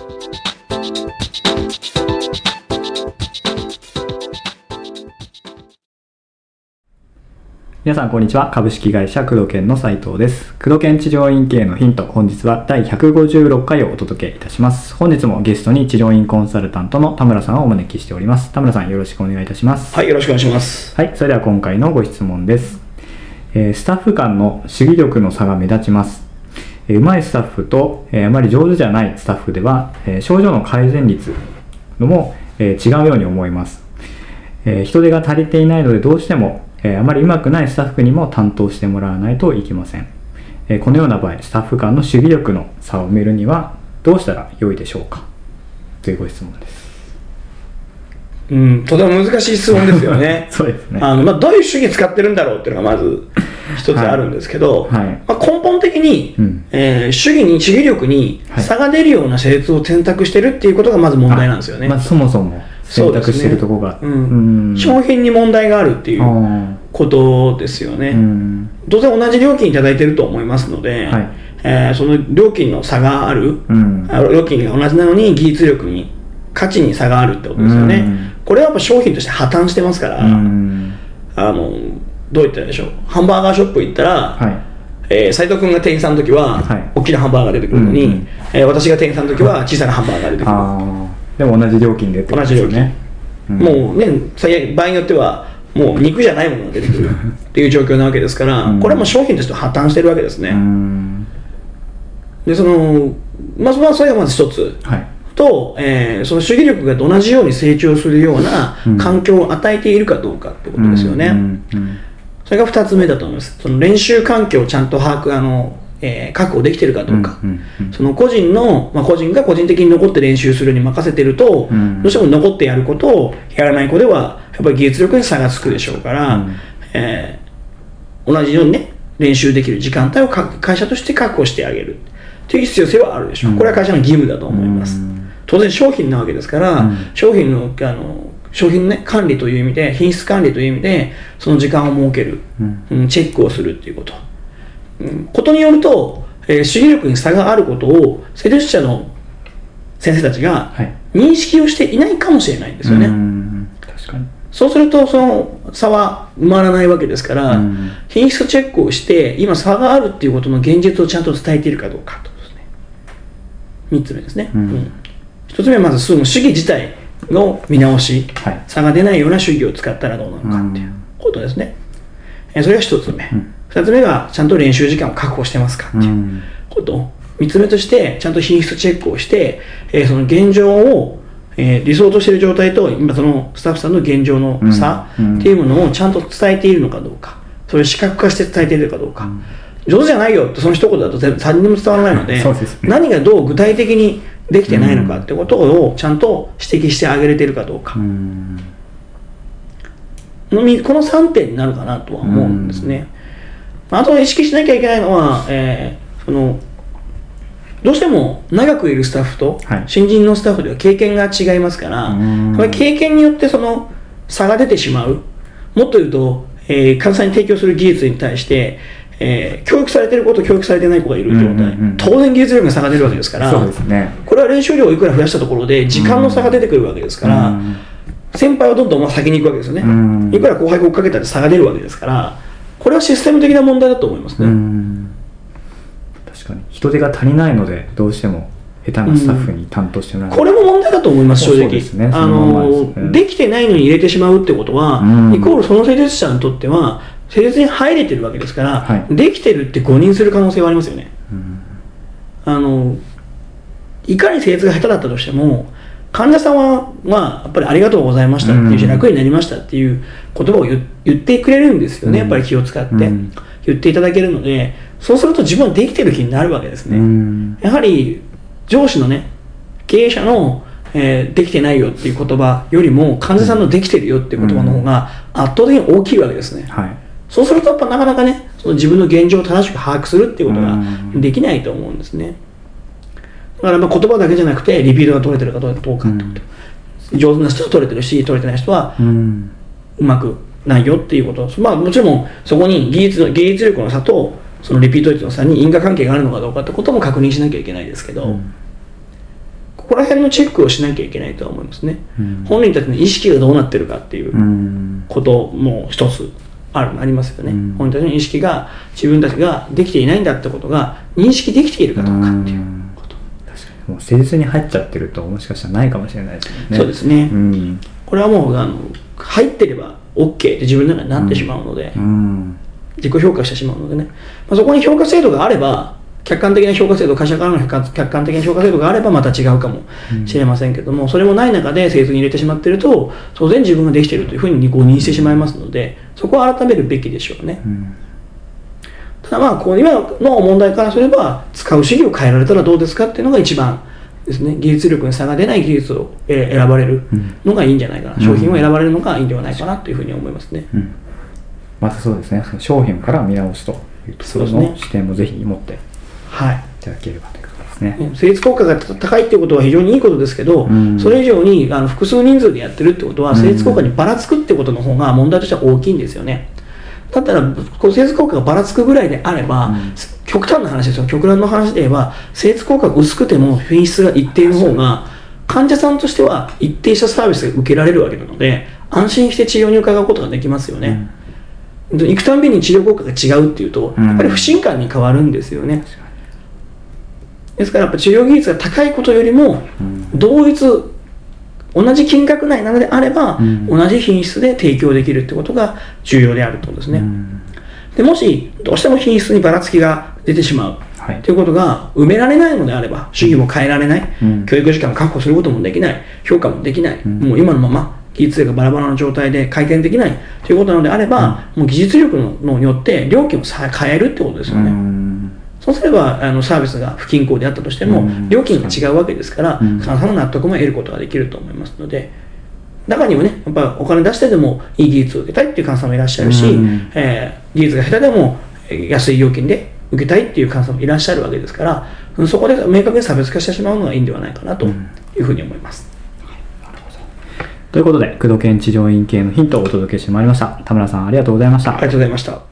皆さんこんにちは。株式会社工藤研の斉藤です。工藤研治療院経営のヒント、本日は第156回をお届けいたします。本日もゲストに治療院コンサルタントの田村さんをお招きしております。田村さん、よろしくお願いいたします。 はい、よろしくお願いします。 はい、それでは今回のご質問です。スタッフ間の主義力の差が目立ちます。上手いスタッフと、あまり上手じゃないスタッフでは、症状の改善率のも、違うように思います。人手が足りていないのでどうしてもあまり上手くないスタッフにも担当してもらわないといけません。このような場合、スタッフ間の守備力の差を埋めるにはどうしたら良いでしょうか、というご質問です。 とても難しい質問ですよね。 そうですね。 どういう主義使ってるんだろうっていうのがまず一つあるんですけど、根本的に、主義力に差が出るような施術を選択してるっていうことがまず問題なんですよね。 そもそも選択してるところが、 商品に問題があるっていうことですよね。当然同じ料金いただいてると思いますので、その料金の差がある、料金が同じなのに技術力に価値に差があるってことですよね。これはやっぱ商品として破綻してますから、どう言ったらいいでしょう。ハンバーガーショップ行ったら、斉藤君が店員さんの時は大きなハンバーガーが出てくるのに、私が店員さんの時は小さなハンバーガーが出てくる。 でも同じ料金でってことですよね。 もうね、場合によってはもう肉じゃないものが出てくるっていう状況なわけですから、これはもう商品として破綻してるわけですね。でそれがまず一つ、と、その主義力が同じように成長するような環境を与えているかどうかってことですよね。それが2つ目だと思います。その練習環境をちゃんと確保できているかどうか、その個人が個人的に残って練習するに任せていると、どうしても残ってやる子とやらない子ではやっぱり技術力に差がつくでしょうから、同じようにね練習できる時間帯を会社として確保してあげるという必要性はあるでしょう。これは会社の義務だと思います。当然商品なわけですから、商品のね、管理という意味で、品質管理という意味でその時間を設ける、チェックをするっていうことによると、主義力に差があることを施術者の先生たちが認識をしていないかもしれないんですよね。 確かに。 そうするとその差は埋まらないわけですから、品質チェックをして今差があるっていうことの現実をちゃんと伝えているかどうかとですね。3つ目ですね。1つ目はまずその主義自体の見直し、差が出ないような主義を使ったらどうなのかっていうことですね。それが1つ目。2つ目がちゃんと練習時間を確保してますかっていうこと。3つ目としてちゃんと品質チェックをして、その現状を、理想としている状態と今そのスタッフさんの現状の差っていうものをちゃんと伝えているのかどうか、それを視覚化して伝えているかどうか。上手じゃないよってその一言だと誰にも伝わらないので、何がどう具体的にできてないのかってことをちゃんと指摘してあげれているかどうか。この3点になるかなとは思うんですね。あと意識しなきゃいけないのは、どうしても長くいるスタッフと新人のスタッフでは経験が違いますから、経験によってその差が出てしまう。もっと言うと、患者さんに提供する技術に対して、教育されている子と教育されていない子がいる状態、当然技術力が差が出るわけですから、これは練習量をいくら増やしたところで時間の差が出てくるわけですから、先輩はどんどん先に行くわけですよね。いくら後輩が追っかけたって差が出るわけですから、これはシステム的な問題だと思いますね。 確かに人手が足りないのでどうしても下手なスタッフに担当してもらう、 これも問題だと思います。正直できてないのに入れてしまうってことは、イコールその施術者にとっては施術に入れてるわけですから、できてるって誤認する可能性はありますよね。いかに施術が下手だったとしても患者さんは、やっぱりありがとうございましたっていうし、楽になりましたっていう言葉を言ってくれるんですよね。やっぱり気を使って言っていただけるので、そうすると自分はできてる気になるわけですね。やはり上司のね、経営者の、できてないよっていう言葉よりも患者さんのできてるよっていう言葉の方が圧倒的に大きいわけですね。そうするとやっぱなかなかね、その自分の現状を正しく把握するっていうことができないと思うんですね。だから言葉だけじゃなくてリピートが取れてるかどうかってこと、上手な人は取れてるし取れてない人はうまくないよっていうこと。もちろんそこに技術力の差とそのリピート率の差に因果関係があるのかどうかってことも確認しなきゃいけないですけど、 ここら辺のチェックをしなきゃいけないとは思いますね、本人たちの意識がどうなってるかっていうことも一つありますよね、本人たちの意識が自分たちができていないんだってことが認識できているかどうかっていうこと。 確かにもう誠実に入っちゃってるともしかしたらないかもしれないですよね。 そうですね、これはもう入ってれば OK って自分の中になってしまうので、自己評価してしまうのでね、そこに評価制度があれば、客観的な評価制度、会社からの客観的な評価制度があればまた違うかもしれませんけども、それもない中で制度に入れてしまっていると、当然自分ができているというふうに誤認してしまいますので、そこは改めるべきでしょうね。ただ今の問題からすれば、使う主義を変えられたらどうですかっていうのが一番ですね、技術力に差が出ない技術を選ばれるのがいいんじゃないかな、商品を選ばれるのがいいんではないかなというふうに思いますね。 またそうですね、商品から見直すというところの視点もぜひ持っていただければということですね。 成立効果が高いということは非常にいいことですけど、それ以上に複数人数でやってるってことは、成立効果にばらつくってことの方が問題としては大きいんですよね。だったら、成立効果がばらつくぐらいであれば、極端な話ですよ、極端な話で言えば、成立効果が薄くても品質が一定の方が、患者さんとしては一定したサービスが受けられるわけなので、安心して治療に伺うことができますよね。行くたんびに治療効果が違うっていうと、やっぱり不信感に変わるんですよね。ですからやっぱ治療技術が高いことよりも、同じ金額内なのであれば、同じ品質で提供できるってことが重要であるということですね。でもしどうしても品質にばらつきが出てしまうということが埋められないのであれば、主義も変えられない、教育時間を確保することもできない、評価もできない、もう今のまま技術力がバラバラの状態で改善できないということなのであれば、もう技術力によって料金を変えるってことですよね。そうすればサービスが不均衡であったとしても、料金が違うわけですから、患者さんの納得も得ることができると思いますので、中にはね、やっぱお金出してでもいい技術を受けたいっていう患者さんもいらっしゃるし、技術が下手でも安い料金で受けたいっていう患者さんもいらっしゃるわけですから、そこで明確に差別化してしまうのがいいんではないかなというふうに思います。 ということで、工藤研治療院系のヒントをお届けしてまいりました。田村さん、ありがとうございました。 ありがとうございました。